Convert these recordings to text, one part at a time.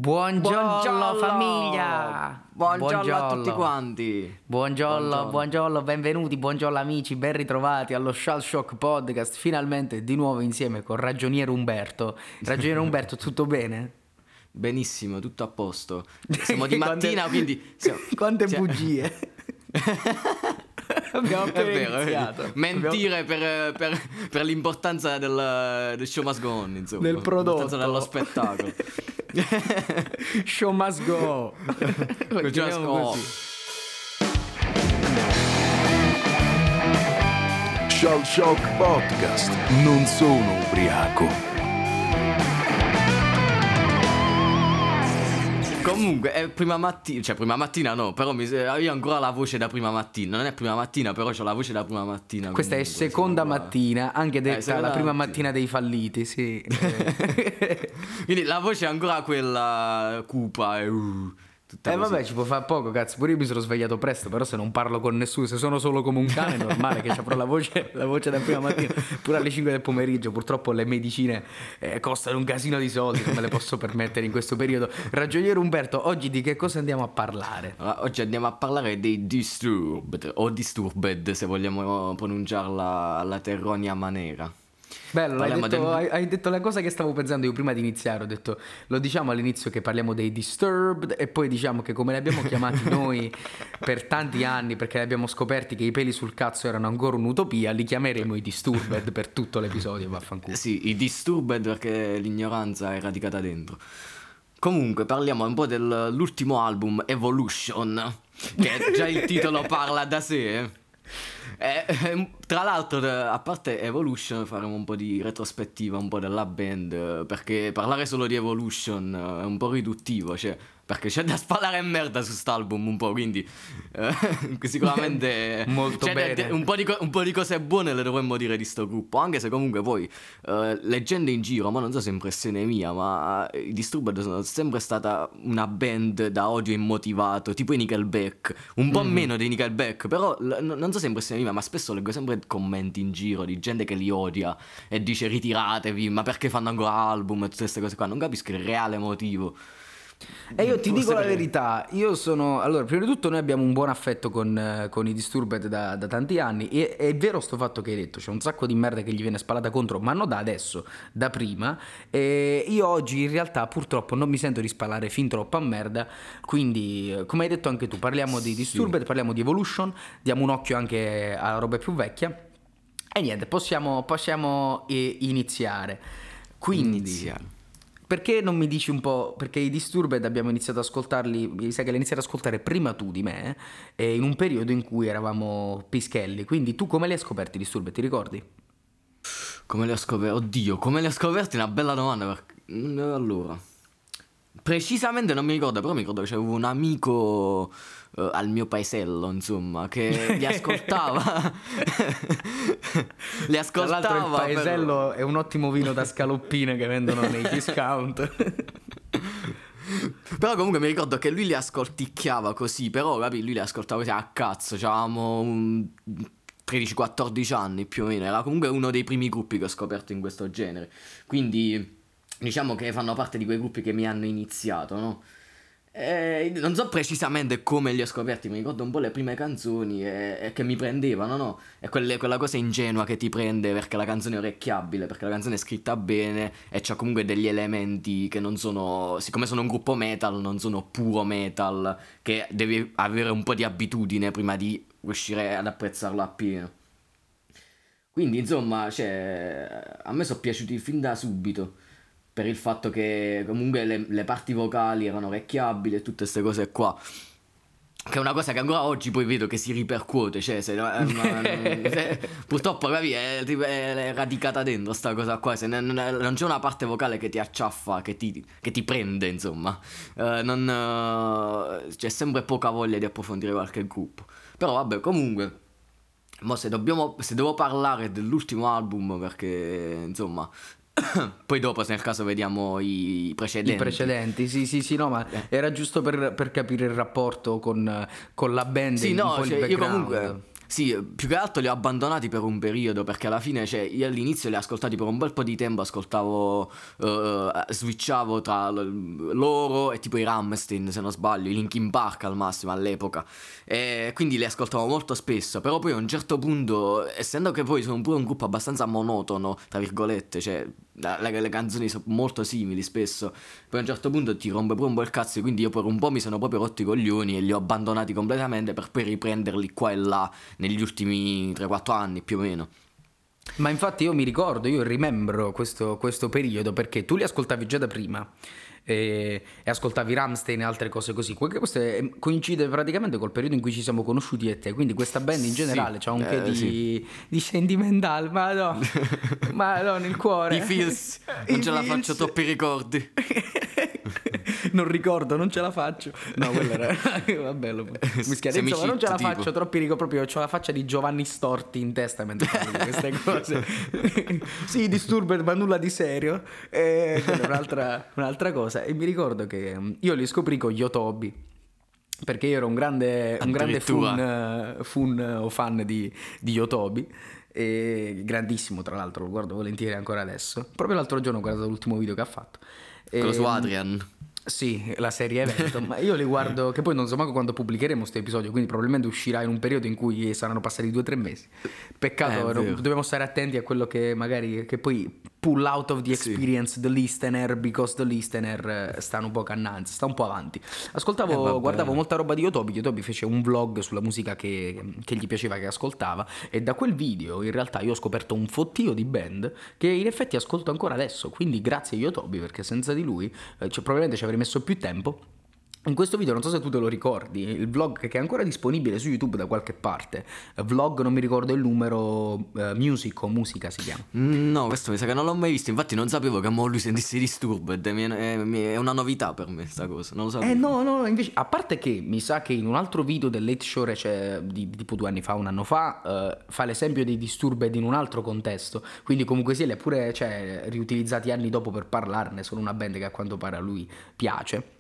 Buongiorno famiglia! Buongiorno a tutti quanti! Buongiorno, benvenuti, buongiorno amici, ben ritrovati allo Shell Shock Podcast, finalmente di nuovo insieme con Ragioniere Umberto. Ragioniere Umberto, tutto bene? Benissimo, tutto a posto. Siamo di mattina, quindi... Quante bugie! Abbiamo appena iniziato. Mentire per l'importanza del show must go on, insomma. Del prodotto. L'importanza dello spettacolo. Show must go. Just go. Shell Shock Podcast. Non sono ubriaco. Comunque, prima mattina no, però io ancora la voce da prima mattina. Non è prima mattina, però ho la voce da prima mattina. Questa è seconda mattina, anche detta la prima mattina dei falliti, sì. Quindi la voce è ancora quella cupa e vabbè, ci può fare poco, cazzo. Pure io mi sono svegliato presto, però se non parlo con nessuno, se sono solo come un cane, è normale che avrò la voce da prima mattina. Pure alle 5 del pomeriggio, purtroppo le medicine costano un casino di soldi, non me le posso permettere in questo periodo. Ragioniere Umberto, oggi di che cosa andiamo a parlare? Allora, oggi andiamo a parlare dei Disturbed, o Disturbed se vogliamo pronunciarla alla terronia maniera. Bello, hai detto la cosa che stavo pensando io prima di iniziare. Ho detto, lo diciamo all'inizio che parliamo dei Disturbed e poi diciamo che come li abbiamo chiamati noi per tanti anni, perché abbiamo scoperti che i peli sul cazzo erano ancora un'utopia, li chiameremo i Disturbed per tutto l'episodio, vaffanculo. Sì, i Disturbed perché l'ignoranza è radicata dentro. Comunque parliamo un po' dell'ultimo album, Evolution, che già il titolo parla da sé. Tra l'altro, a parte Evolution, faremo un po' di retrospettiva un po' della band, perché parlare solo di Evolution è un po' riduttivo, cioè, perché c'è da spalare merda su st'album un po', quindi sicuramente molto bene. Un po' di cose buone le dovremmo dire di sto gruppo, anche se comunque poi leggendo in giro, ma non so se è impressione mia, ma i Disturbed sono sempre stata una band da odio immotivato, tipo i Nickelback, un po' meno dei Nickelback, però non so se è impressione mia, ma spesso leggo sempre commenti in giro di gente che li odia e dice ritiratevi, ma perché fanno ancora album e tutte queste cose qua, non capisco il reale motivo. E io ti dico la verità, allora, prima di tutto noi abbiamo un buon affetto con i Disturbed da tanti anni, e è vero sto fatto che hai detto, c'è un sacco di merda che gli viene spalata contro, ma non da adesso, da prima, e io oggi in realtà purtroppo non mi sento di spalare fin troppa merda, quindi come hai detto anche tu, parliamo di Disturbed, parliamo di Evolution, diamo un occhio anche alla roba più vecchia, e niente, possiamo iniziare. Quindi... Perché non mi dici un po'? Perché i Disturbed abbiamo iniziato ad ascoltarli, mi sa che li hai iniziato ad ascoltare prima tu di me, in un periodo in cui eravamo pischelli. Quindi tu come li hai scoperti i Disturbed, ti ricordi? Come li ho scoperti? Oddio, come li ho scoperti? È una bella domanda. Allora, precisamente non mi ricordo, però mi ricordo che c'avevo un amico al mio paesello, insomma, che li ascoltava. Tra l'altro il paesello è un ottimo vino da scaloppine che vendono nei discount. Però comunque mi ricordo che lui li ascolticchiava così, però capi, lui li ascoltava così a cazzo, c'avevamo 13-14 anni più o meno, era comunque uno dei primi gruppi che ho scoperto in questo genere, quindi diciamo che fanno parte di quei gruppi che mi hanno iniziato, no? Non so precisamente come li ho scoperti, mi ricordo un po' le prime canzoni e che mi prendevano, no? E quella cosa ingenua che ti prende perché la canzone è orecchiabile, perché la canzone è scritta bene e c'ha comunque degli elementi che non sono, siccome sono un gruppo metal, non sono puro metal, che devi avere un po' di abitudine prima di riuscire ad apprezzarlo appieno. Quindi insomma, a me sono piaciuti fin da subito, per il fatto che comunque le parti vocali erano orecchiabili e tutte queste cose qua, che è una cosa che ancora oggi poi vedo che si ripercuote, cioè purtroppo capi, è radicata dentro sta cosa qua, se non c'è una parte vocale che ti acciaffa, che ti prende, insomma, c'è sempre poca voglia di approfondire qualche gruppo. Però vabbè, comunque, mo se devo parlare dell'ultimo album, perché insomma poi dopo, se nel caso, vediamo i precedenti. Sì, no, ma era giusto per capire il rapporto con la band. Sì, no, cioè, io comunque Sì, più che altro li ho abbandonati per un periodo, perché alla fine, cioè, io all'inizio li ho ascoltati per un bel po' di tempo, ascoltavo, switchavo tra loro e tipo i Rammstein, se non sbaglio, i Linkin Park al massimo all'epoca, e quindi li ascoltavo molto spesso, però poi a un certo punto, essendo che poi sono pure un gruppo abbastanza monotono, tra virgolette, cioè le canzoni sono molto simili spesso, poi a un certo punto ti rompe pure un po' il cazzo, quindi io per un po' mi sono proprio rotti i coglioni e li ho abbandonati completamente per poi riprenderli qua e là negli ultimi 3-4 anni più o meno. Ma infatti io mi ricordo, io rimembro questo periodo, perché tu li ascoltavi già da prima e ascoltavi Rammstein e altre cose così. Questo coincide praticamente col periodo in cui ci siamo conosciuti e te, quindi questa band in generale c'ha un che di sentimentale, ma no, ma no, nel cuore. I feels, non ce la faccio, troppi ricordi. Non ricordo, non ce la faccio. No, quello era vabbè, insomma, non ce la faccio, troppi ricordi, proprio c'ho la faccia di Giovanni Storti in testa mentre parlo di queste cose. Sì, Disturbed, ma nulla di serio. Quella è un'altra cosa. E mi ricordo che io li scoprì con Yotobi, perché io ero un grande fan di Yotobi. E grandissimo, tra l'altro, lo guardo volentieri ancora adesso. Proprio l'altro giorno ho guardato l'ultimo video che ha fatto. Quello su Adrian. Sì, la serie evento, ma io li guardo, che poi non so manco quando pubblicheremo questo episodio, quindi probabilmente uscirà in un periodo in cui saranno passati 2 o 3 mesi. Peccato, dobbiamo stare attenti a quello che magari, che poi pull out of the experience the listener, because the listener stanno un po' cannanzi, sta un po' avanti. Guardavo molta roba di Yotobi. Yotobi fece un vlog sulla musica che gli piaceva, che ascoltava, e da quel video in realtà io ho scoperto un fottio di band che in effetti ascolto ancora adesso, quindi grazie a Yotobi, perché senza di lui probabilmente ci avrei messo più tempo. In questo video, non so se tu te lo ricordi, il vlog che è ancora disponibile su YouTube da qualche parte, vlog non mi ricordo il numero, Music o Musica si chiama. No, questo mi sa che non l'ho mai visto, infatti non sapevo che mo lui sentisse Disturbed, è una novità per me sta cosa, non lo sapevo. No, invece, a parte che mi sa che in un altro video del Late Show di tipo 2 anni fa, un anno fa, fa l'esempio dei Disturbed in un altro contesto, quindi comunque sì, li ha pure riutilizzati anni dopo per parlarne, sono una band che a quanto pare a lui piace.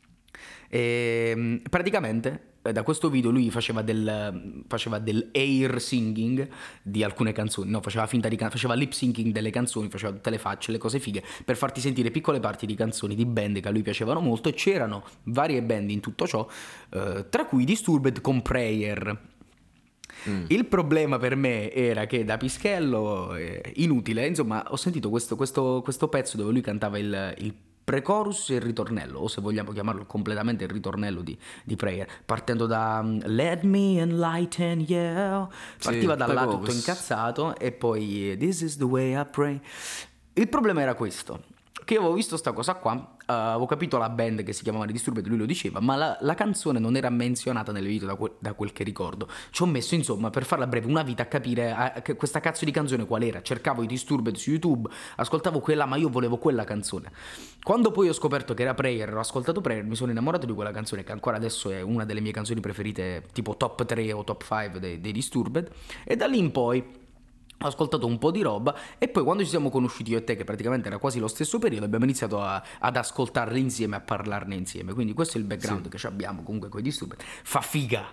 E praticamente da questo video lui faceva del air singing di alcune canzoni, no, faceva lip syncing delle canzoni, faceva tutte le facce, le cose fighe, per farti sentire piccole parti di canzoni di band che a lui piacevano molto, e c'erano varie band in tutto ciò, tra cui Disturbed con Prayer. Il problema per me era che da pischello inutile, insomma, ho sentito questo pezzo dove lui cantava il pre-chorus e il ritornello, o se vogliamo chiamarlo completamente il ritornello di Prayer, partendo da Let me enlighten you, partiva da là tutto incazzato, e poi This is the way I pray. Il problema era questo, che io avevo visto sta cosa qua, avevo capito la band che si chiamava Disturbed, lui lo diceva, ma la canzone non era menzionata nel video da quel che ricordo. Ci ho messo, insomma, per farla breve, una vita a capire questa cazzo di canzone qual era. Cercavo i Disturbed su YouTube, ascoltavo quella, ma io volevo quella canzone. Quando poi ho scoperto che era Prayer, ho ascoltato Prayer, mi sono innamorato di quella canzone, che ancora adesso è una delle mie canzoni preferite, tipo top 3 o top 5 dei Disturbed, e da lì in poi ho ascoltato un po' di roba, e poi quando ci siamo conosciuti io e te, che praticamente era quasi lo stesso periodo, abbiamo iniziato ad ascoltarle insieme, a parlarne insieme. Quindi questo è il background che abbiamo comunque con i Disturbed. Fa figa,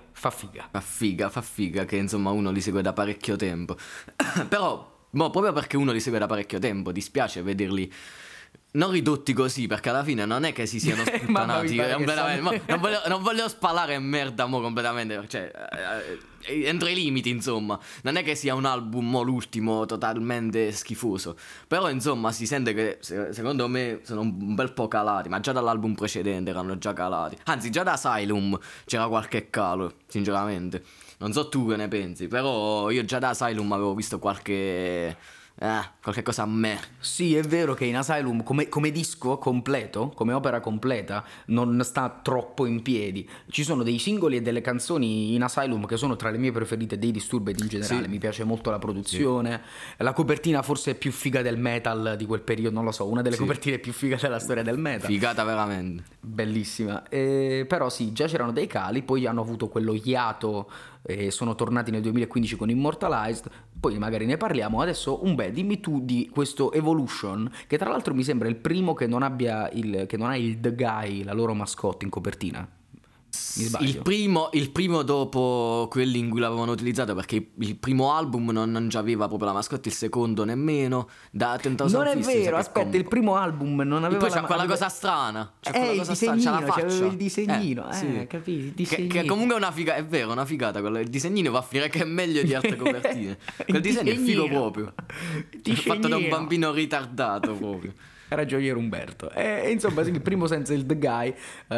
che insomma uno li segue da parecchio tempo. Però proprio perché uno li segue da parecchio tempo dispiace vederli non ridotti così, perché alla fine non è che si siano sputtanati non voglio spalare merda mo completamente, cioè entro i limiti, insomma, non è che sia un album l'ultimo totalmente schifoso, però insomma si sente che secondo me sono un bel po' calati, ma già dall'album precedente erano già calati, anzi già da Asylum c'era qualche calo, sinceramente. Non so tu che ne pensi, però io già da Asylum avevo visto qualche cosa a me. Sì, è vero che in Asylum come disco completo, come opera completa, non sta troppo in piedi. Ci sono dei singoli e delle canzoni in Asylum che sono tra le mie preferite dei Disturbed in generale. Mi piace molto la produzione, la copertina forse è più figa del metal di quel periodo, non lo so, una delle copertine più figa della storia del metal. Figata veramente. Bellissima. Però sì, già c'erano dei cali, poi hanno avuto quello hiato e sono tornati nel 2015 con Immortalized, poi magari ne parliamo. Adesso dimmi tu di questo Evolution, che tra l'altro mi sembra il primo che non ha il The Guy, la loro mascotte, in copertina. Mi sbaglio? Il primo dopo quelli in cui l'avevano utilizzato, perché il primo album non già aveva proprio la mascotte, il secondo nemmeno. Da 10,000 Non è Fist, vero, aspetta, il primo album non e aveva poi c'ha quella cosa strana. C'ha quella il cosa strana, c'ha la disegnino, c'aveva faccia. il disegnino, Sì. capito, il Che disegnino. comunque è una figata, è vero, una figata. Il disegnino va a finire che è meglio di altre copertine. Quel disegno è figo proprio. È fatto da un bambino ritardato proprio. Ragionier Umberto. E insomma, sì, il primo senza il The Guy.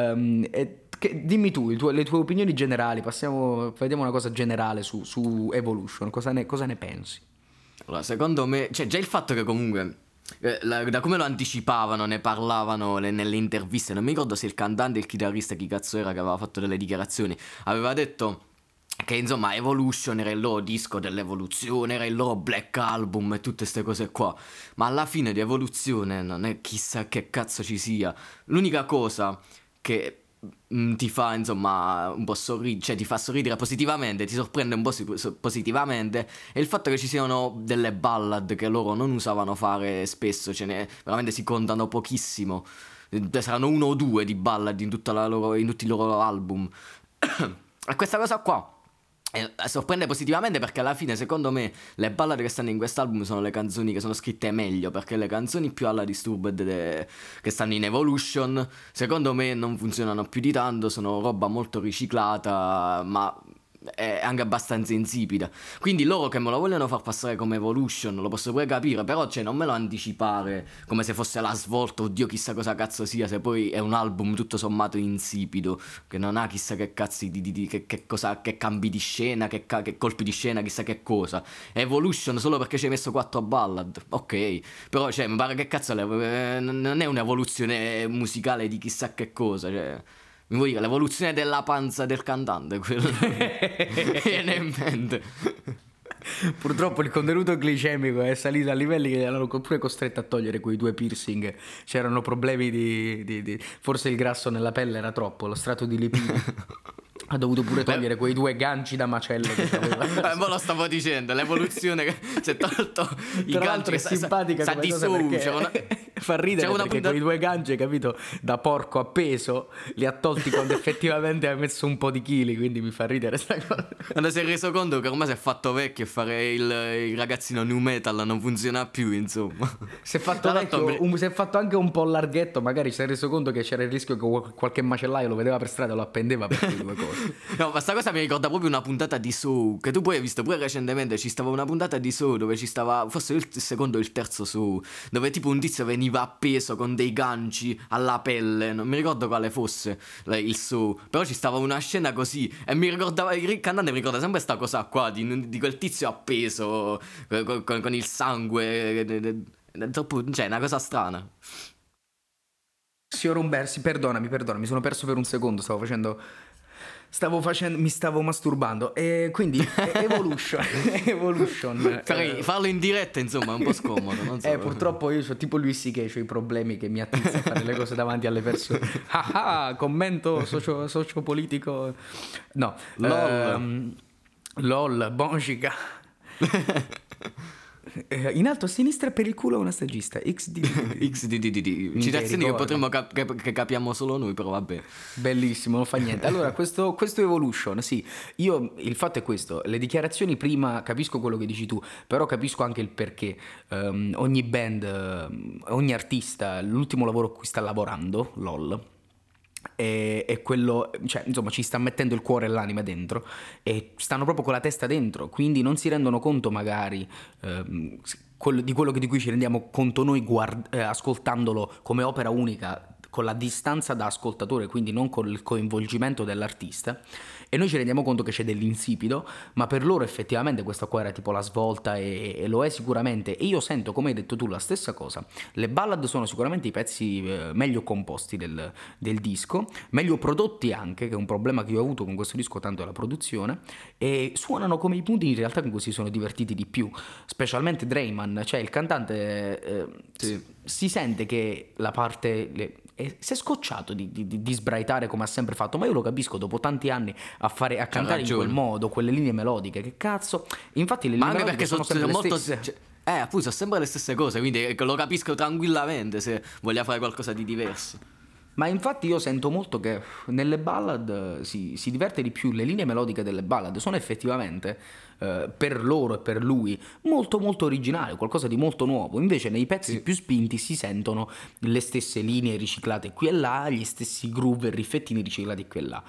Dimmi tu le tue opinioni generali. Vediamo una cosa generale su Evolution. Cosa ne pensi? Allora, secondo me, cioè, già il fatto che comunque da come lo anticipavano, ne parlavano nelle interviste. Non mi ricordo se il cantante, il chitarrista, chi cazzo era, che aveva fatto delle dichiarazioni, aveva detto che insomma Evolution era il loro disco dell'evoluzione, era il loro Black Album e tutte queste cose qua. Ma alla fine di Evoluzione non è chissà che cazzo ci sia. L'unica cosa che ti fa insomma un po' sorridere, cioè ti fa sorridere positivamente, ti sorprende un po' positivamente, è il fatto che ci siano delle ballad che loro non usavano fare spesso, veramente si contano pochissimo. Saranno 1 o 2 di ballad in tutti i loro album. E questa cosa qua sorprende positivamente, perché alla fine secondo me le ballad che stanno in quest'album sono le canzoni che sono scritte meglio, perché le canzoni più alla Disturbed che stanno in Evolution secondo me non funzionano più di tanto, sono roba molto riciclata ma è anche abbastanza insipida. Quindi loro che me lo vogliono far passare come Evolution lo posso pure capire, però non me lo anticipare come se fosse la svolta, oddio chissà cosa cazzo sia, se poi è un album tutto sommato insipido che non ha chissà che cazzi che cambi di scena, che colpi di scena, chissà che cosa. Evolution solo perché ci hai messo 4 ballad, ok, però mi pare che cazzo non è un'evoluzione musicale di chissà che cosa, mi vuoi dire l'evoluzione della panza del cantante, quello viene in mente. Purtroppo il contenuto glicemico è salito a livelli che hanno pure costretto a togliere quei 2 piercing. C'erano problemi di forse il grasso nella pelle era troppo, lo strato di lipidi. Ha dovuto pure togliere quei 2 ganci da macello che aveva. Ma lo stavo dicendo, l'evoluzione che si è tolto i Tra ganci. l'altro è simpatica sa come di cosa su, perché fa ridere perché quei 2 ganci, capito, da porco appeso li ha tolti quando effettivamente ha messo un po' di chili, quindi mi fa ridere sta cosa. Quando si è reso conto che ormai si è fatto vecchio e fare il ragazzino new metal non funziona più, insomma. Si è fatto vecchio, si è fatto anche un po' larghetto, magari si è reso conto che c'era il rischio che qualche macellaio lo vedeva per strada e lo appendeva per quelle 2 cose. No, ma sta cosa mi ricorda proprio una puntata di Saw, che tu poi hai visto pure recentemente. Ci stava una puntata di Saw dove ci stava, forse il secondo o il terzo Saw, dove tipo un tizio veniva appeso con dei ganci alla pelle, non mi ricordo quale fosse il Saw, però ci stava una scena così e mi ricordava, il cantante mi ricorda sempre sta cosa qua di quel tizio appeso con il sangue, cioè una cosa strana. Signor Umbersi, perdonami, mi sono perso per un secondo, mi stavo masturbando. E quindi Evolution. Farlo in diretta, insomma, è un po' scomodo, non so. Purtroppo io sono tipo Luis C.K., ho i problemi che mi attizza a fare le cose davanti alle persone. Commento sociopolitico. No. LOL, Bongica. In alto a sinistra per il culo una stagista. XDDD. Citazioni che potremmo che capiamo solo noi, però vabbè. Bellissimo, non fa niente. Allora, questo Evolution, sì. Il fatto è questo. Le dichiarazioni prima, capisco quello che dici tu, però capisco anche il perché. Ogni band, ogni artista, l'ultimo lavoro a cui sta lavorando, LOL, è quello, cioè insomma ci sta mettendo il cuore e l'anima dentro e stanno proprio con la testa dentro, quindi non si rendono conto magari di quello di cui ci rendiamo conto noi ascoltandolo come opera unica, con la distanza da ascoltatore, quindi non con il coinvolgimento dell'artista, e noi ci rendiamo conto che c'è dell'insipido, ma per loro effettivamente questa qua era tipo la svolta e lo è sicuramente. E io sento, come hai detto tu, la stessa cosa. Le ballad sono sicuramente i pezzi meglio composti del disco, meglio prodotti anche, che è un problema che io ho avuto con questo disco, tanto è la produzione, e suonano come i punti in realtà con cui si sono divertiti di più, specialmente Draiman, cioè il cantante si sente che la parte... si è scocciato di sbraitare come ha sempre fatto, ma io lo capisco dopo tanti anni a cantare in quel modo, quelle linee melodiche, che cazzo, infatti le linee melodiche sono sempre le stesse. Appunto, sono sempre le stesse cose, quindi lo capisco tranquillamente se voglia fare qualcosa di diverso. Ma infatti io sento molto che nelle ballad si diverte di più, le linee melodiche delle ballad sono effettivamente per loro e per lui molto molto originali, qualcosa di molto nuovo, invece nei pezzi più spinti si sentono le stesse linee riciclate qui e là, gli stessi groove e riffettini riciclati qui e là.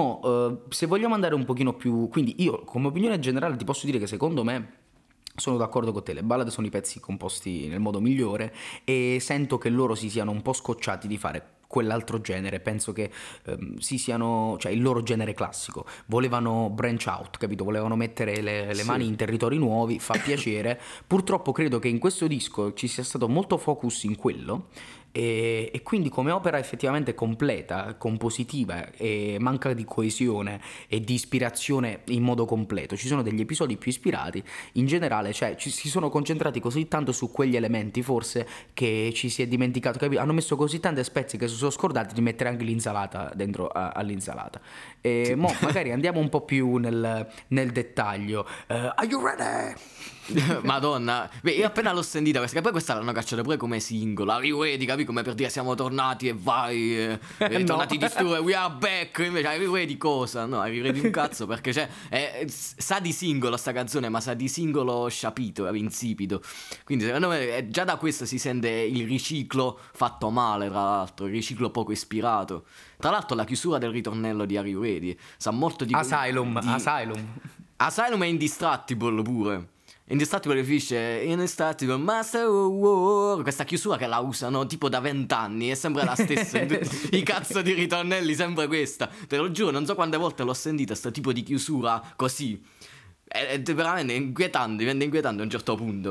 Se vogliamo andare un pochino più, quindi io come opinione generale ti posso dire che secondo me sono d'accordo con te, le ballad sono i pezzi composti nel modo migliore e sento che loro si siano un po' scocciati di fare quell'altro genere, penso che cioè il loro genere classico, volevano branch out, capito? Volevano mettere le mani in territori nuovi, fa piacere, purtroppo credo che in questo disco ci sia stato molto focus in quello e quindi come opera effettivamente completa, compositiva e manca di coesione e di ispirazione in modo completo. Ci sono degli episodi più ispirati, in generale, cioè si sono concentrati così tanto su quegli elementi forse che ci si è dimenticato, capito? Hanno messo così tante spezie che si sono scordati di mettere anche l'insalata dentro all'insalata. E mo magari andiamo un po' più nel dettaglio. Are you ready? Madonna, beh, io appena l'ho sentita perché poi questa l'hanno cacciata pure come singolo. Are you ready? Capì? Come per dire siamo tornati e vai, tornati di stu we are back. Invece are you ready cosa? No, are you ready un cazzo, perché cioè sa di singolo sta canzone, ma sa di singolo sciapito, insipido. Quindi secondo me già da questo si sente il riciclo fatto male, tra l'altro, il riciclo poco ispirato. Tra l'altro la chiusura del ritornello di Are You Ready sa molto di Asylum. Asylum è Indistractable pure. Indistractable finisce Indistractable Master of War. Questa chiusura che la usano tipo da 20 anni è sempre la stessa. I cazzo di ritornelli sempre questa. Te lo giuro, non so quante volte l'ho sentita sto tipo di chiusura così. È veramente inquietante, diventa inquietante a un certo punto.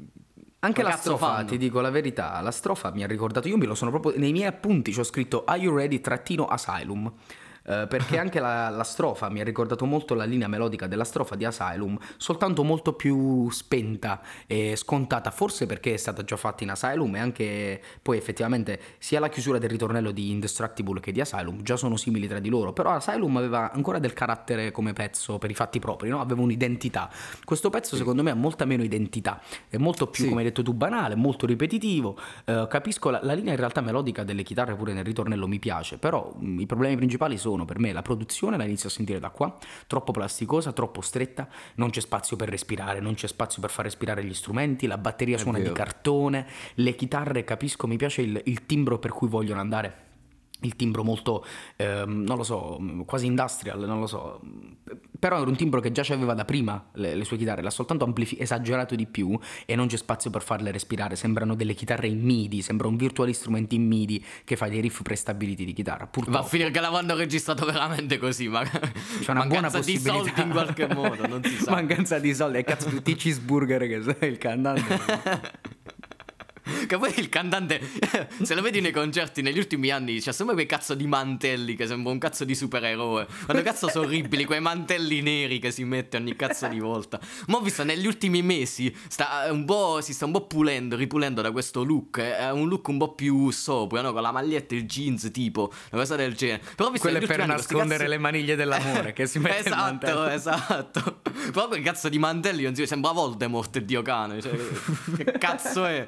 Anche la strofa, ti dico la verità, la strofa mi ha ricordato, io me lo sono proprio, nei miei appunti ci ho scritto Are You Ready -Asylum, perché anche la strofa mi ha ricordato molto la linea melodica della strofa di Asylum, soltanto molto più spenta e scontata, forse perché è stata già fatta in Asylum e anche poi effettivamente sia la chiusura del ritornello di Indestructible che di Asylum già sono simili tra di loro, però Asylum aveva ancora del carattere come pezzo per i fatti propri, no? Aveva un'identità. Questo pezzo secondo me ha molta meno identità, è molto più, come hai detto tu, banale, molto ripetitivo. Capisco la linea in realtà melodica delle chitarre pure nel ritornello mi piace, però i problemi principali sono per me la produzione, la inizio a sentire da qua, troppo plasticosa, troppo stretta, non c'è spazio per respirare, non c'è spazio per far respirare gli strumenti, la batteria suona di cartone, le chitarre, capisco, mi piace il timbro per cui vogliono andare, il timbro molto, non lo so, quasi industrial, non lo so, però era un timbro che già c'aveva da prima le sue chitarre, l'ha soltanto esagerato di più e non c'è spazio per farle respirare, sembrano delle chitarre in MIDI, sembra un virtual instrument in MIDI che fa dei riff prestabiliti di chitarra. Purtroppo. Va a finire che l'avranno registrato veramente così, ma c'è una buona possibilità di soldi in qualche modo, non si sa. Mancanza di soldi, è cazzo tutti i cheeseburger che sei il cantante. Che poi il cantante, se lo vedi nei concerti negli ultimi anni, c'ha sempre quei cazzo di mantelli che sembra un cazzo di supereroe. Quando cazzo sono orribili quei mantelli neri che si mette ogni cazzo di volta. Ma ho visto negli ultimi mesi si sta un po' ripulendo da questo look. È un look un po' più sobrio, no? Con la maglietta e il jeans, tipo una cosa del genere. Però ho visto quello è per nascondere le maniglie dell'amore che si mette il mantello. Esatto. Però quel cazzo di mantelli non si sembra Voldemort, il dio cane. Cioè, che cazzo è?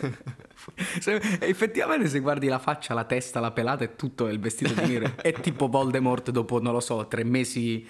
Effettivamente se guardi la faccia, la testa, la pelata e tutto il vestito di nero è tipo Voldemort dopo, non lo so, 3 mesi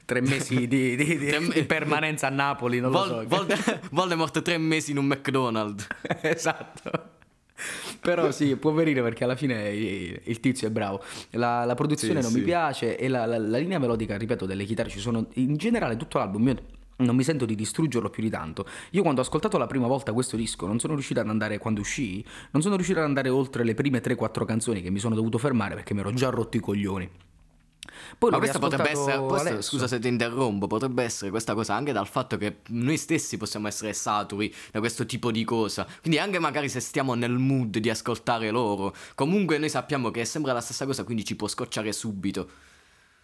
di permanenza a Napoli, non lo so. Voldemort 3 mesi in un McDonald's. Esatto. Però sì, poverino, perché alla fine il tizio è bravo. La produzione non mi piace e la linea melodica, ripeto, delle chitarre, ci sono in generale tutto l'album, io non mi sento di distruggerlo più di tanto. Io quando ho ascoltato la prima volta questo disco non sono riuscito ad andare, quando uscì, non sono riuscito ad andare oltre le prime 3-4 canzoni, che mi sono dovuto fermare perché mi ero già rotto i coglioni. Poi ma questo potrebbe essere, scusa se ti interrompo, potrebbe essere questa cosa anche dal fatto che noi stessi possiamo essere saturi da questo tipo di cosa, quindi anche magari se stiamo nel mood di ascoltare loro, comunque noi sappiamo che è sempre la stessa cosa, quindi ci può scocciare subito.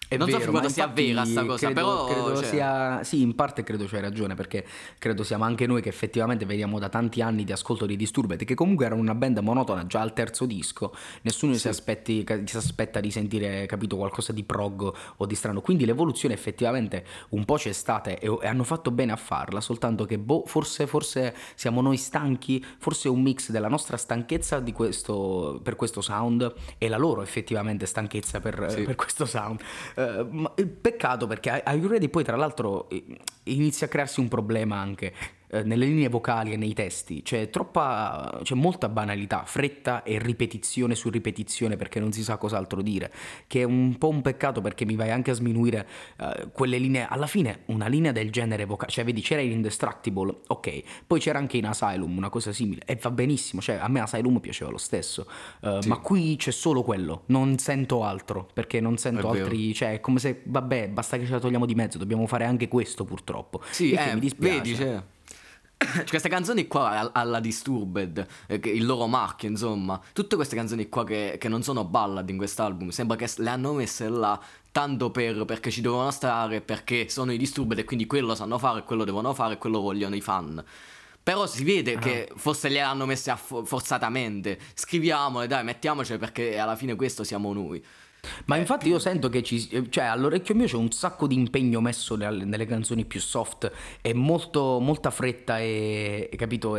È non so vero, quanto ma sia infatti vera sta cosa, però credo cioè, sia sì, in parte credo c'hai ragione, perché credo siamo anche noi che effettivamente veniamo da tanti anni di ascolto di Disturbed, che comunque erano una band monotona già al terzo disco, nessuno sì. si aspetta di sentire, capito, qualcosa di prog o di strano, quindi l'evoluzione effettivamente un po' c'è stata e hanno fatto bene a farla, soltanto che forse siamo noi stanchi, forse è un mix della nostra stanchezza per questo sound e la loro effettivamente stanchezza Sì. per questo sound. Peccato, perché Are You Ready poi tra l'altro inizia a crearsi un problema anche nelle linee vocali e nei testi. C'è molta banalità, fretta e ripetizione su ripetizione perché non si sa cos'altro dire, che è un po' un peccato, perché mi vai anche a sminuire quelle linee. Alla fine una linea del genere vocale, cioè vedi, c'era in Indestructible, ok, poi c'era anche in Asylum una cosa simile e va benissimo, cioè a me Asylum piaceva lo stesso. Sì. Ma qui c'è solo quello, non sento altro, perché non sento È vero. altri, cioè è come se, vabbè, basta che ce la togliamo di mezzo, dobbiamo fare anche questo purtroppo. Sì, Il che mi dispiace. vedi, cioè, queste canzoni qua alla Disturbed, il loro marchio, insomma, tutte queste canzoni qua che non sono ballad in quest'album, sembra che le hanno messe là tanto perché ci dovevano stare, perché sono i Disturbed e quindi quello sanno fare, quello devono fare, quello vogliono i fan. Però si vede che forse le hanno messe forzatamente. Scriviamole, dai, mettiamocele perché alla fine questo siamo noi. Ma infatti io sento che cioè all'orecchio mio c'è un sacco di impegno messo nelle canzoni più soft e molta fretta capito,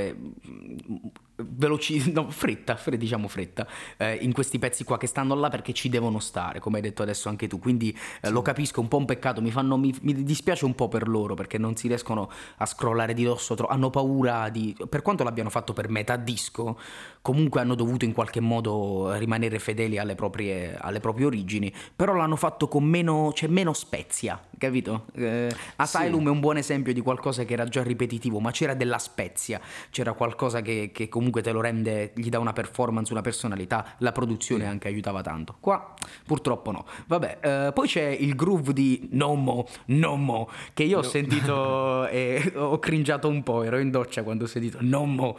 diciamo fretta, in questi pezzi qua che stanno là perché ci devono stare, come hai detto adesso anche tu, quindi lo capisco, un po' un peccato, mi dispiace un po' per loro perché non si riescono a scrollare di dosso, hanno paura per quanto l'abbiano fatto per metà disco, comunque hanno dovuto in qualche modo rimanere fedeli alle proprie origini, però l'hanno fatto con meno spezia, capito? Asylum è un buon esempio di qualcosa che era già ripetitivo, ma c'era della spezia, c'era qualcosa che comunque te lo rende, gli dà una performance, una personalità, la produzione anche aiutava tanto. Qua purtroppo no. Vabbè, poi c'è il groove di No Mo, che io ho sentito e ho cringiato un po', ero in doccia quando ho sentito No Mo.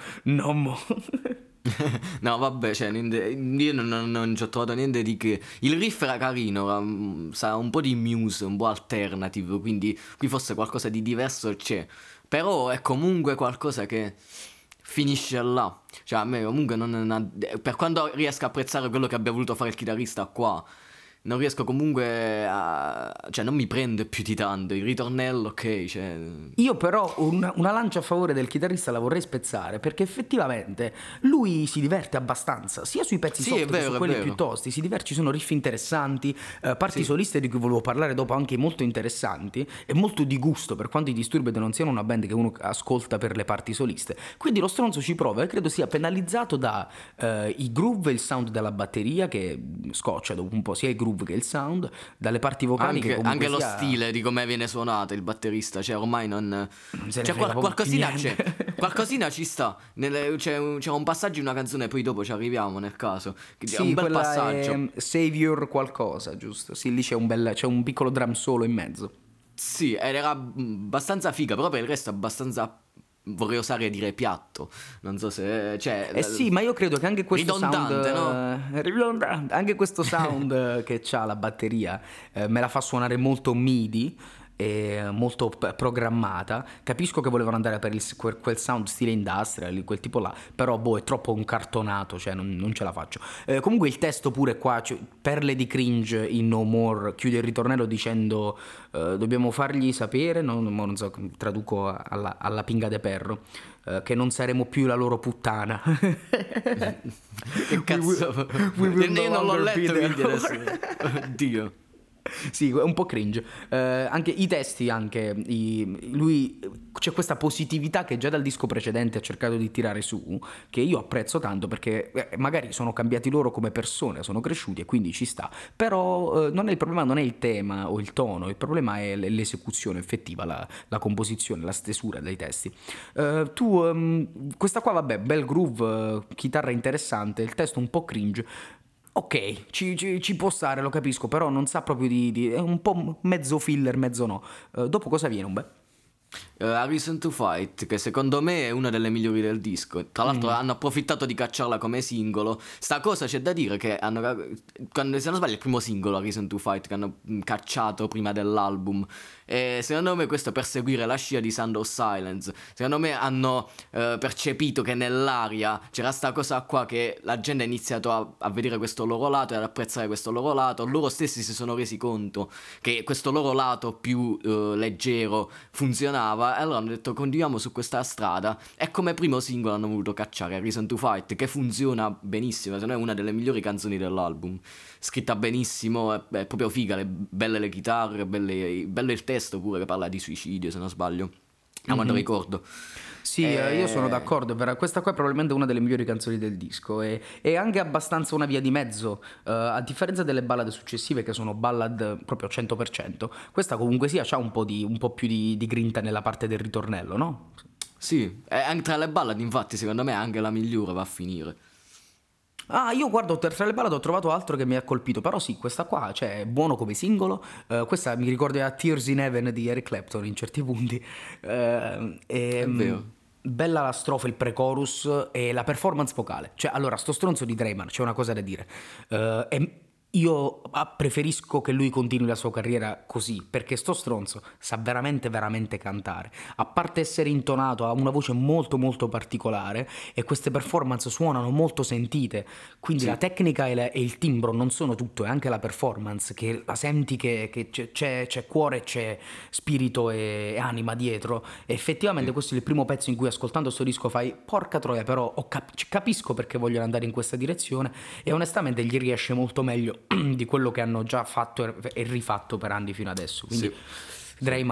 No, vabbè, cioè, io non ci ho trovato niente di che. Il riff era carino, sa un po' di Muse, un po' alternative, quindi qui forse qualcosa di diverso c'è. Però è comunque qualcosa che finisce là. Cioè, a me comunque per quanto riesco a apprezzare quello che abbia voluto fare il chitarrista qua, non riesco comunque cioè non mi prende più di tanto. Il ritornello, ok, cioè... Io però una lancia a favore del chitarrista la vorrei spezzare, perché effettivamente lui si diverte abbastanza, sia sui pezzi Sì, soft è vero, che su è quelli vero. più tosti, si diverte, ci sono riff interessanti, parti soliste di cui volevo parlare dopo anche molto interessanti e molto di gusto, per quanto i Disturbed non siano una band che uno ascolta per le parti soliste. Quindi lo stronzo ci prova e credo sia penalizzato da i groove e il sound della batteria, che scoccia dopo un po', sia il groove che il sound, dalle parti vocali che comunque anche lo sia... stile di come viene suonato il batterista, cioè ormai non se ne cioè, frega qualcosina niente. c'è, qualcosina ci sta. C'era un passaggio in una canzone, poi dopo ci arriviamo nel caso. È un bel quella passaggio. è Savior qualcosa, giusto? Sì, lì c'è un piccolo drum solo in mezzo. Sì, ed era abbastanza figa, però per il resto abbastanza, vorrei osare dire, piatto. Non so se... Cioè, Sì, ma io credo che anche questo ridondante, sound... Ridondante, anche questo sound che c'ha la batteria me la fa suonare molto MIDI, molto programmata. Capisco che volevano andare per quel sound stile industrial, quel tipo là, però è troppo un cartonato, cioè non ce la faccio. Comunque il testo pure qua, cioè, perle di cringe in No More, chiude il ritornello dicendo dobbiamo fargli sapere, non so, traduco alla pinga de perro, che non saremo più la loro puttana. che cazzo? Io non l'ho letto, quindi adesso... Oddio. Sì, è un po' cringe. Anche i testi, lui c'è questa positività che già dal disco precedente ha cercato di tirare su, che io apprezzo tanto, perché magari sono cambiati loro come persone, sono cresciuti e quindi ci sta. Però il problema non è il tema o il tono, il problema è l'esecuzione effettiva, la composizione, la stesura dei testi. Questa qua, vabbè, bel groove, chitarra interessante, il testo un po' cringe. Ok, ci può stare, lo capisco, però non sa proprio è un po' mezzo filler, mezzo no. Dopo cosa viene, A Reason to Fight, che secondo me è una delle migliori del disco. Tra l'altro hanno approfittato di cacciarla come singolo. Sta cosa c'è da dire che quando, se non sbaglio, è il primo singolo A Reason to Fight che hanno cacciato prima dell'album. E secondo me questo per seguire la scia di Sound of Silence. Secondo me hanno percepito che nell'aria c'era sta cosa qua, che la gente ha iniziato a vedere questo loro lato e ad apprezzare questo loro lato. Loro stessi si sono resi conto che questo loro lato più leggero funzionava, e allora hanno detto continuiamo su questa strada, e come primo singolo hanno voluto cacciare Reason to Fight, che funziona benissimo. Secondo me è una delle migliori canzoni dell'album, scritta benissimo, è proprio figa, belle le chitarre, bello il testo pure, che parla di suicidio se non sbaglio, a quando ricordo. Sì, io sono d'accordo, questa qua è probabilmente una delle migliori canzoni del disco, e anche abbastanza una via di mezzo, a differenza delle ballad successive che sono ballad proprio 100%, questa comunque sia c'ha un po' più di grinta nella parte del ritornello, no? Sì, anche tra le ballad infatti secondo me anche la migliore va a finire. Ah, io guardo tra le ballad ho trovato altro che mi ha colpito, però sì, questa qua, cioè, è buono come singolo, questa mi ricorda a Tears in Heaven di Eric Clapton in certi punti, È vero. bella la strofa, il pre-chorus e la performance vocale, cioè, allora, sto stronzo di Drayman, c'è una cosa da dire, io preferisco che lui continui la sua carriera così, perché sto stronzo sa veramente veramente cantare, a parte essere intonato, ha una voce molto molto particolare e queste performance suonano molto sentite, quindi Sì. la tecnica e il timbro non sono tutto, è anche la performance che la senti che c'è cuore, c'è spirito e anima dietro, e effettivamente questo è il primo pezzo in cui ascoltando sto disco fai porca troia, però capisco perché vogliono andare in questa direzione, e onestamente gli riesce molto meglio di quello che hanno già fatto e rifatto per anni fino adesso, quindi Sì.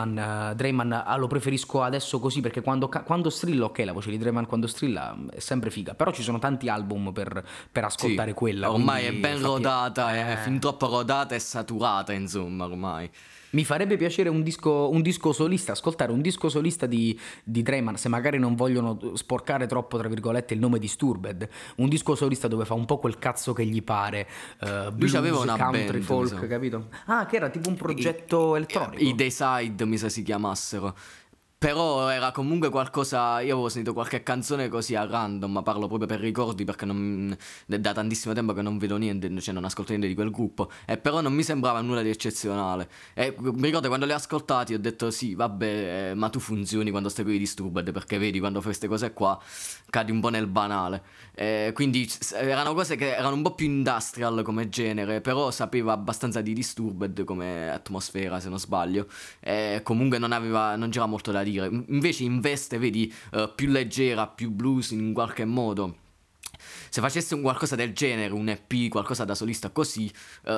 Drayman lo preferisco adesso così, perché quando strilla, ok, la voce di Drayman quando strilla è sempre figa, però ci sono tanti album per ascoltare Sì, quella, ormai è quindi ben rodata, è fin troppo rodata e saturata, insomma, ormai. mi farebbe piacere un disco solista, ascoltare un disco solista di Drayman, se magari non vogliono sporcare troppo, tra virgolette, il nome Disturbed, un disco solista dove fa un po' quel cazzo che gli pare, blues, c'aveva una country, band, folk, mi sa. capito? Ah, che era tipo un progetto elettronico. I Dayside mi sa si chiamassero. Però era comunque qualcosa. Io avevo sentito qualche canzone così a random, ma parlo proprio per ricordi, perché da tantissimo tempo che non vedo niente, cioè non ascolto niente di quel gruppo. E però non mi sembrava nulla di eccezionale. E mi ricordo quando li ho ascoltati ho detto sì, vabbè, ma tu funzioni quando stai con i Disturbed, perché vedi quando fai queste cose qua cadi un po' nel banale. Quindi erano cose che erano un po' più industrial come genere, però sapeva abbastanza di Disturbed come atmosfera, se non sbaglio. Comunque non c'era molto da dire. Invece Investe, vedi, più leggera, più blues in qualche modo. Se facesse un qualcosa del genere, un EP, qualcosa da solista così,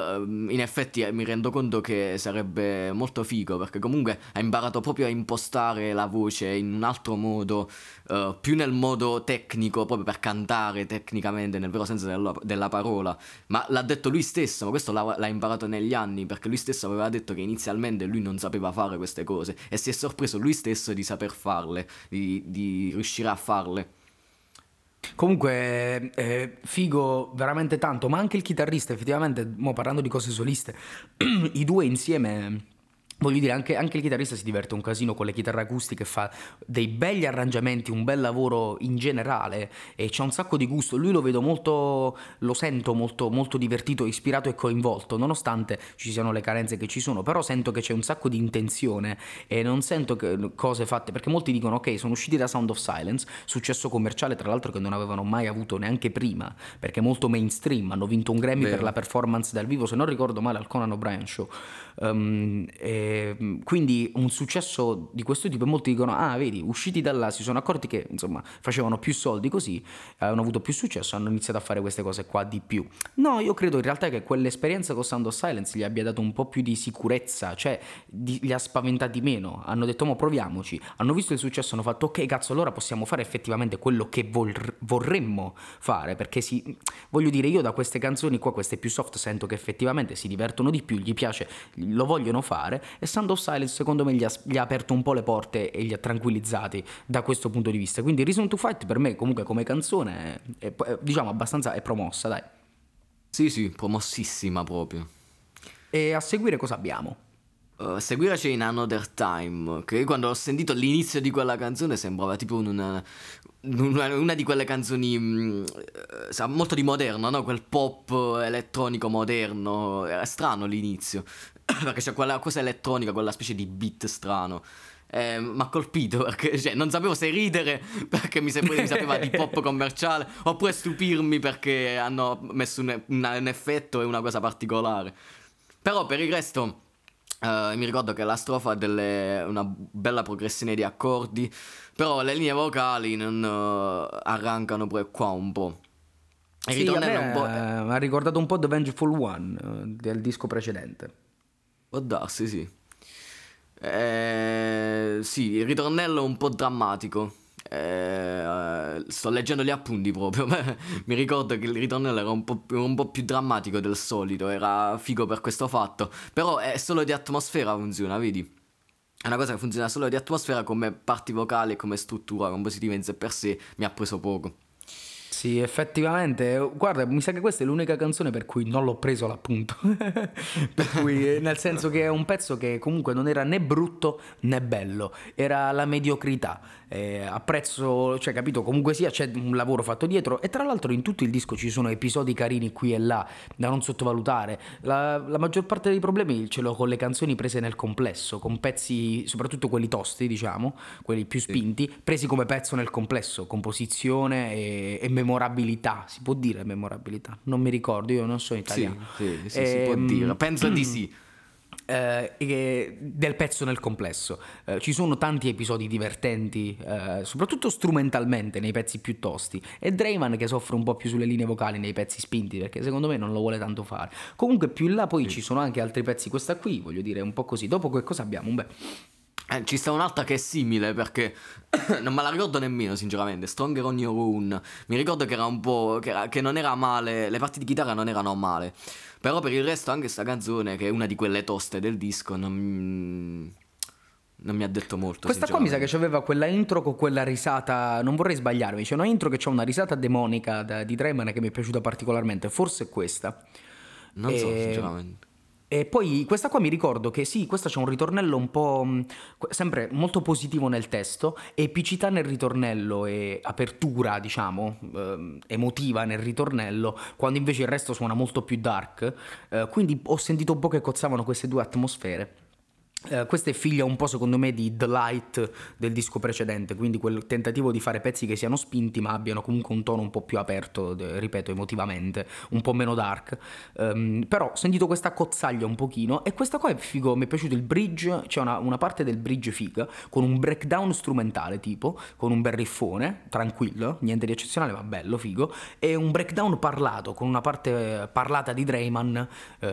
in effetti mi rendo conto che sarebbe molto figo, perché comunque ha imparato proprio a impostare la voce in un altro modo, più nel modo tecnico, proprio per cantare tecnicamente, nel vero senso della parola. Ma l'ha detto lui stesso, ma questo l'ha imparato negli anni, perché lui stesso aveva detto che inizialmente lui non sapeva fare queste cose, e si è sorpreso lui stesso di saper farle, di riuscire a farle. Comunque figo veramente tanto, ma anche il chitarrista effettivamente, mo parlando di cose soliste, i due insieme, voglio dire, anche il chitarrista si diverte un casino con le chitarre acustiche, fa dei begli arrangiamenti, un bel lavoro in generale, e c'ha un sacco di gusto. Lui lo sento molto, molto divertito, ispirato e coinvolto, nonostante ci siano le carenze che ci sono, però sento che c'è un sacco di intenzione e non sento cose fatte, perché molti dicono ok, sono usciti da Sound of Silence, successo commerciale tra l'altro che non avevano mai avuto neanche prima, perché molto mainstream, hanno vinto un Grammy per la performance dal vivo, se non ricordo male, al Conan O'Brien Show. Quindi un successo di questo tipo, e molti dicono ah vedi, usciti da là si sono accorti che insomma facevano più soldi così, hanno avuto più successo, hanno iniziato a fare queste cose qua di più. No, io credo in realtà che quell'esperienza con Sound of Silence gli abbia dato un po' più di sicurezza, cioè li ha spaventati meno, hanno detto mo proviamoci, hanno visto il successo, hanno fatto ok cazzo, allora possiamo fare effettivamente quello che vorremmo fare, perché voglio dire, io da queste canzoni qua, queste più soft, sento che effettivamente si divertono di più, gli piace, lo vogliono fare, e Sound of Silence secondo me gli ha aperto un po' le porte e li ha tranquillizzati da questo punto di vista. Quindi Reason to Fight per me comunque come canzone è, diciamo abbastanza è promossa, dai. Sì, promossissima proprio. E a seguire cosa abbiamo? Seguire c'è in Another Time, che quando ho sentito l'inizio di quella canzone sembrava tipo una di quelle canzoni sa molto di moderno, no? Quel pop elettronico moderno. Era strano l'inizio perché c'è quella cosa elettronica, quella specie di beat strano. Mi ha colpito perché cioè, non sapevo se ridere perché mi sapeva di pop commerciale, oppure stupirmi perché hanno messo un effetto e una cosa particolare. Però per il resto mi ricordo che la strofa ha una bella progressione di accordi, però le linee vocali non arrancano pure qua un po'. Il Sì, ritornello un po'. mi ha ricordato un po' The Vengeful One del disco precedente. Può darsi, sì. Sì, il ritornello è un po' drammatico. Sto leggendo gli appunti proprio. Mi ricordo che il ritornello era un po' più drammatico del solito. Era figo per questo fatto. Però è solo di atmosfera, funziona, vedi? È una cosa che funziona solo di atmosfera, come parti vocali e come struttura compositiva in sé per sé. Mi ha preso poco. Sì, effettivamente, guarda, mi sa che questa è l'unica canzone per cui non l'ho preso l'appunto. Per cui, nel senso che è un pezzo che comunque non era né brutto né bello, era la mediocrità. Apprezzo, cioè, capito, comunque sia c'è un lavoro fatto dietro, e tra l'altro in tutto il disco ci sono episodi carini qui e là da non sottovalutare. La maggior parte dei problemi ce l'ho con le canzoni prese nel complesso, con pezzi, soprattutto quelli tosti, diciamo, quelli più spinti, presi come pezzo nel complesso, composizione e memorabilità. Si può dire memorabilità? Non mi ricordo, io non so italiano. Sì, si può dire. Penso di sì. Del pezzo nel complesso. Ci sono tanti episodi divertenti, soprattutto strumentalmente nei pezzi più tosti, e Draiman che soffre un po' più sulle linee vocali nei pezzi spinti, perché secondo me non lo vuole tanto fare. Comunque più in là poi ci sono anche altri pezzi, questa qui voglio dire un po' così. Dopo che cosa abbiamo? Ci sta un'altra che è simile perché non me la ricordo nemmeno sinceramente. Stronger on Your Own. Mi ricordo che era un po' che non era male. Le parti di chitarra non erano male. Però per il resto anche sta canzone, che è una di quelle toste del disco, non mi ha detto molto. Questa qua mi sa che c'aveva quella intro con quella risata. Non vorrei sbagliarmi, c'è una intro che c'ha una risata demonica di Draiman che mi è piaciuta particolarmente. Forse è questa. Non so sinceramente. E poi questa qua mi ricordo che sì, questa c'è un ritornello un po' sempre molto positivo nel testo, epicità nel ritornello e apertura, diciamo, emotiva nel ritornello, quando invece il resto suona molto più dark. Quindi ho sentito un po' che cozzavano queste due atmosfere. Questa è figlia un po' secondo me di The Light del disco precedente, quindi quel tentativo di fare pezzi che siano spinti ma abbiano comunque un tono un po' più aperto, ripeto, emotivamente, un po' meno dark. Però ho sentito questa cozzaglia un pochino, e questa qua è figo, mi è piaciuto il bridge, c'è una parte del bridge figa con un breakdown strumentale, tipo con un bel riffone tranquillo, niente di eccezionale ma bello, figo, e un breakdown parlato con una parte parlata di Draiman,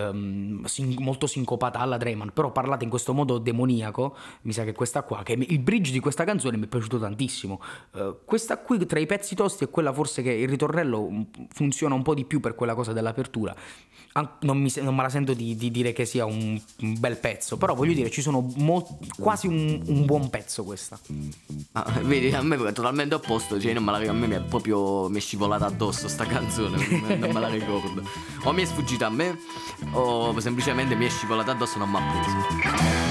molto sincopata alla Draiman, però parlata in questo modo demoniaco. Mi sa che questa qua, che il bridge di questa canzone mi è piaciuto tantissimo. Questa qui tra i pezzi tosti è quella forse che il ritornello funziona un po' di più per quella cosa dell'apertura. Non me la sento di dire che sia un bel pezzo, però voglio dire ci sono quasi un buon pezzo questa. Vedi, a me è totalmente opposto, cioè a me mi è scivolata addosso sta canzone, non me la ricordo. O mi è sfuggita a me o semplicemente mi è scivolata addosso, non mi ha preso.